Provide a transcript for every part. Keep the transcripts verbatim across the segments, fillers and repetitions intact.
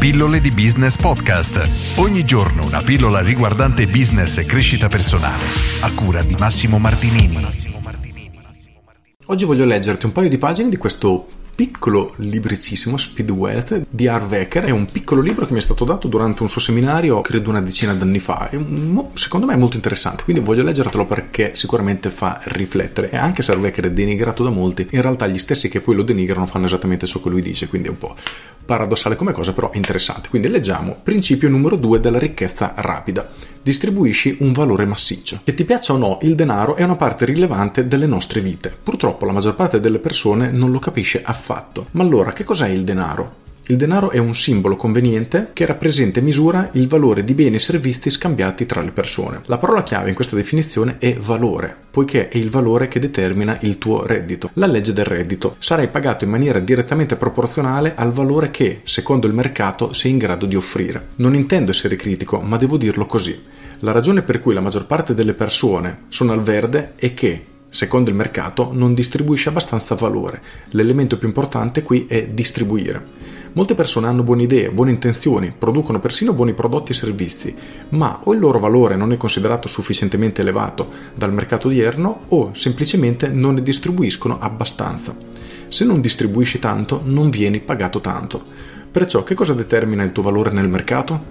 Pillole di Business Podcast. Ogni giorno una pillola riguardante business e crescita personale. A cura di Massimo Martinini. Oggi voglio leggerti un paio di pagine di questo piccolo libricissimo Speed Wealth di Harv Eker. È un piccolo libro che mi è stato dato durante un suo seminario, credo una decina d'anni fa. È un, secondo me è molto interessante, quindi voglio leggertelo perché sicuramente fa riflettere. E anche se Harv Eker è denigrato da molti, in realtà gli stessi che poi lo denigrano fanno esattamente ciò che lui dice, quindi è un po' paradossale come cosa, però interessante. Quindi leggiamo principio numero due della ricchezza rapida. Distribuisci un valore massiccio. Che ti piaccia o no, il denaro è una parte rilevante delle nostre vite. Purtroppo la maggior parte delle persone non lo capisce affatto. Ma allora, che cos'è il denaro? Il denaro è un simbolo conveniente che rappresenta e misura il valore di beni e servizi scambiati tra le persone. La parola chiave in questa definizione è valore, poiché è il valore che determina il tuo reddito. La legge del reddito. Sarai pagato in maniera direttamente proporzionale al valore che, secondo il mercato, sei in grado di offrire. Non intendo essere critico, ma devo dirlo così. La ragione per cui la maggior parte delle persone sono al verde è che, secondo il mercato, non distribuisce abbastanza valore. L'elemento più importante qui è distribuire. Molte persone hanno buone idee, buone intenzioni, producono persino buoni prodotti e servizi, ma o il loro valore non è considerato sufficientemente elevato dal mercato odierno o semplicemente non ne distribuiscono abbastanza. Se non distribuisci tanto, non vieni pagato tanto. Perciò, che cosa determina il tuo valore nel mercato?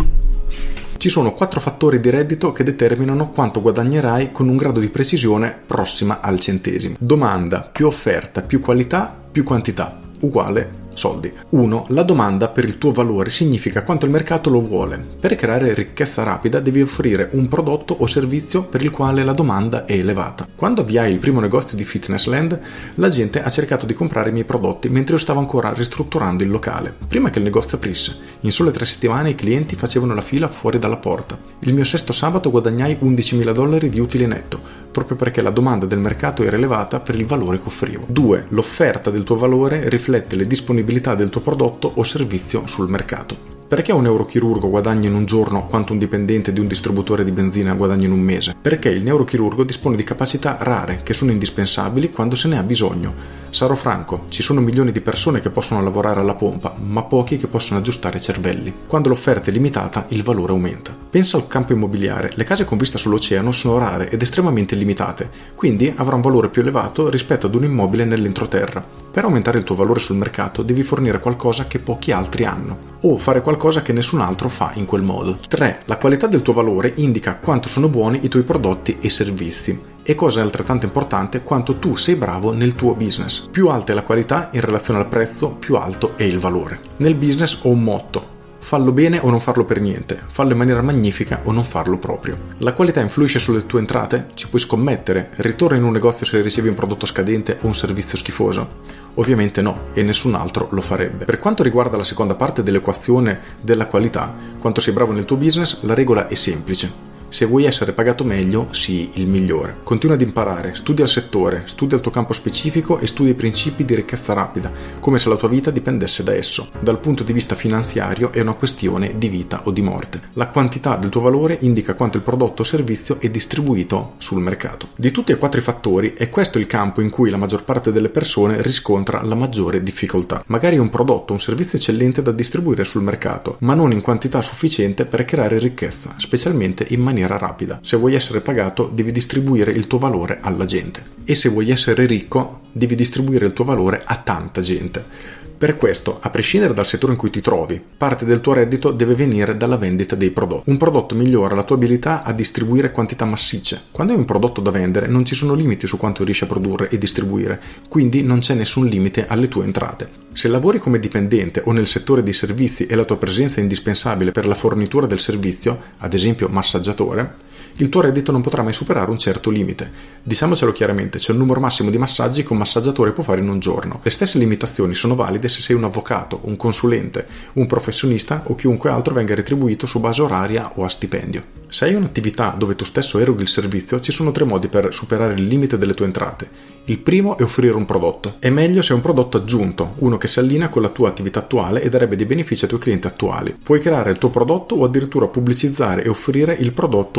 Ci sono quattro fattori di reddito che determinano quanto guadagnerai con un grado di precisione prossima al centesimo. Domanda più offerta più qualità più quantità uguale soldi. uno. La domanda per il tuo valore significa quanto il mercato lo vuole. Per creare ricchezza rapida devi offrire un prodotto o servizio per il quale la domanda è elevata. Quando avviai il primo negozio di Fitnessland, la gente ha cercato di comprare i miei prodotti mentre io stavo ancora ristrutturando il locale. Prima che il negozio aprisse, in sole tre settimane i clienti facevano la fila fuori dalla porta. Il mio sesto sabato guadagnai undicimila dollari di utile netto, proprio perché la domanda del mercato era elevata per il valore che offrivo. due. L'offerta del tuo valore riflette le disponibilità del tuo prodotto o servizio sul mercato. Perché un neurochirurgo guadagna in un giorno quanto un dipendente di un distributore di benzina guadagna in un mese? Perché il neurochirurgo dispone di capacità rare che sono indispensabili quando se ne ha bisogno. Sarò franco, ci sono milioni di persone che possono lavorare alla pompa, ma pochi che possono aggiustare cervelli. Quando l'offerta è limitata, il valore aumenta. Pensa al campo immobiliare. Le case con vista sull'oceano sono rare ed estremamente limitate, quindi avrà un valore più elevato rispetto ad un immobile nell'entroterra. Per aumentare il tuo valore sul mercato devi fornire qualcosa che pochi altri hanno, o fare qualcosa che nessun altro fa in quel modo. tre. La qualità del tuo valore indica quanto sono buoni i tuoi prodotti e servizi. E cosa è altrettanto importante, quanto tu sei bravo nel tuo business. Più alta è la qualità in relazione al prezzo, più alto è il valore. Nel business ho un motto: fallo bene o non farlo per niente, fallo in maniera magnifica o non farlo proprio. La qualità influisce sulle tue entrate? Ci puoi scommettere? Ritorna in un negozio se ricevi un prodotto scadente o un servizio schifoso? Ovviamente no, e nessun altro lo farebbe. Per quanto riguarda la seconda parte dell'equazione della qualità, quanto sei bravo nel tuo business, la regola è semplice. Se vuoi essere pagato meglio, sii il migliore. Continua ad imparare, studia il settore, studia il tuo campo specifico e studia i principi di ricchezza rapida, come se la tua vita dipendesse da esso. Dal punto di vista finanziario è una questione di vita o di morte. La quantità del tuo valore indica quanto il prodotto o servizio è distribuito sul mercato. Di tutti e quattro i fattori, è questo il campo in cui la maggior parte delle persone riscontra la maggiore difficoltà. Magari è un prodotto o un servizio eccellente da distribuire sul mercato, ma non in quantità sufficiente per creare ricchezza, specialmente in maniera rapida. Se vuoi essere pagato, devi distribuire il tuo valore alla gente. E se vuoi essere ricco, devi distribuire il tuo valore a tanta gente. Per questo, a prescindere dal settore in cui ti trovi, parte del tuo reddito deve venire dalla vendita dei prodotti. Un prodotto migliora la tua abilità a distribuire quantità massicce. Quando hai un prodotto da vendere, non ci sono limiti su quanto riesci a produrre e distribuire, quindi non c'è nessun limite alle tue entrate. Se lavori come dipendente o nel settore dei servizi e la tua presenza è indispensabile per la fornitura del servizio, ad esempio massaggiatore, il tuo reddito non potrà mai superare un certo limite. Diciamocelo chiaramente, c'è un numero massimo di massaggi che un massaggiatore può fare in un giorno. Le stesse limitazioni sono valide se sei un avvocato, un consulente, un professionista o chiunque altro venga retribuito su base oraria o a stipendio. Se hai un'attività dove tu stesso eroghi il servizio, ci sono tre modi per superare il limite delle tue entrate. Il primo è offrire un prodotto. È meglio se è un prodotto aggiunto, uno che si allinea con la tua attività attuale e darebbe dei benefici ai tuoi clienti attuali. Puoi creare il tuo prodotto o addirittura pubblicizzare e offrire il prodotto di qualcun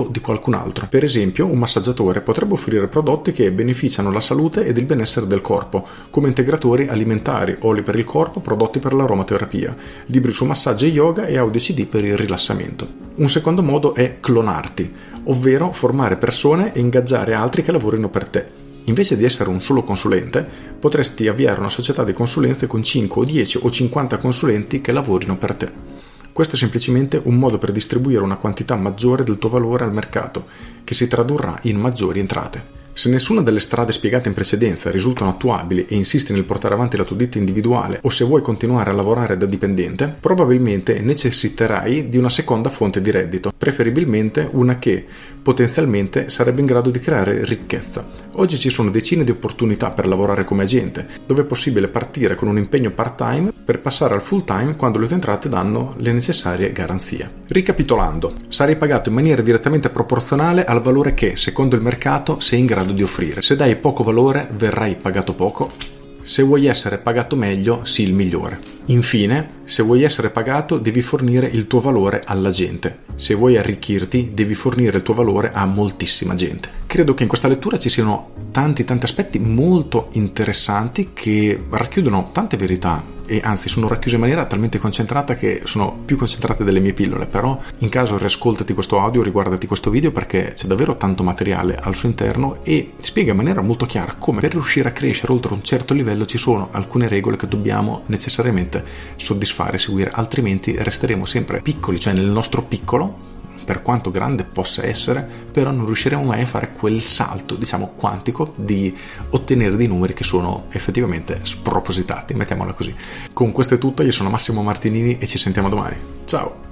qualcun altro. Per esempio, un massaggiatore potrebbe offrire prodotti che beneficiano la salute ed il benessere del corpo, come integratori alimentari, oli per il corpo, prodotti per l'aromaterapia, libri su massaggio e yoga e audio C D per il rilassamento. Un secondo modo è clonarti, ovvero formare persone e ingaggiare altri che lavorino per te. Invece di essere un solo consulente, potresti avviare una società di consulenze con cinque o dieci o cinquanta consulenti che lavorino per te. Questo è semplicemente un modo per distribuire una quantità maggiore del tuo valore al mercato, che si tradurrà in maggiori entrate. Se nessuna delle strade spiegate in precedenza risultano attuabili e insisti nel portare avanti la tua ditta individuale o se vuoi continuare a lavorare da dipendente, probabilmente necessiterai di una seconda fonte di reddito, preferibilmente una che potenzialmente sarebbe in grado di creare ricchezza. Oggi ci sono decine di opportunità per lavorare come agente, dove è possibile partire con un impegno part-time per passare al full-time quando le tue entrate danno le necessarie garanzie. Ricapitolando, sarai pagato in maniera direttamente proporzionale al valore che, secondo il mercato, sei in grado di offrire. Se dai poco valore, verrai pagato poco. Se vuoi essere pagato meglio, sii il migliore. Infine, se vuoi essere pagato, devi fornire il tuo valore alla gente. Se vuoi arricchirti, devi fornire il tuo valore a moltissima gente. Credo che in questa lettura ci siano tanti tanti aspetti molto interessanti che racchiudono tante verità e anzi sono racchiuse in maniera talmente concentrata che sono più concentrate delle mie pillole. Però in caso riascoltati questo audio, riguardati questo video, perché c'è davvero tanto materiale al suo interno e spiega in maniera molto chiara come per riuscire a crescere oltre un certo livello ci sono alcune regole che dobbiamo necessariamente soddisfare e seguire, altrimenti resteremo sempre piccoli, cioè nel nostro piccolo, per quanto grande possa essere, però non riusciremo mai a fare quel salto, diciamo, quantico di ottenere dei numeri che sono effettivamente spropositati, mettiamola così. Con questo è tutto, io sono Massimo Martinini e ci sentiamo domani. Ciao!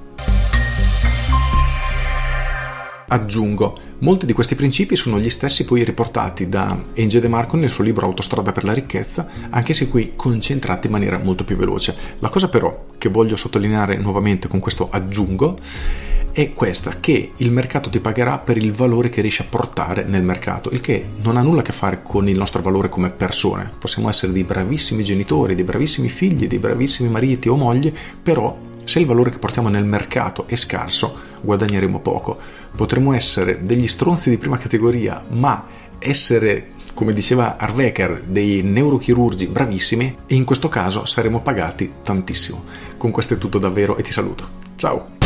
Aggiungo, molti di questi principi sono gli stessi poi riportati da Enge De Marco nel suo libro Autostrada per la ricchezza, anche se qui concentrati in maniera molto più veloce. La cosa però che voglio sottolineare nuovamente con questo aggiungo è questa, che il mercato ti pagherà per il valore che riesci a portare nel mercato, il che non ha nulla a che fare con il nostro valore come persone. Possiamo essere dei bravissimi genitori, dei bravissimi figli, dei bravissimi mariti o mogli, però se il valore che portiamo nel mercato è scarso, guadagneremo poco. Potremmo essere degli stronzi di prima categoria, ma essere, come diceva Harvecker, dei neurochirurgi bravissimi, e in questo caso saremo pagati tantissimo. Con questo è tutto davvero e ti saluto. Ciao!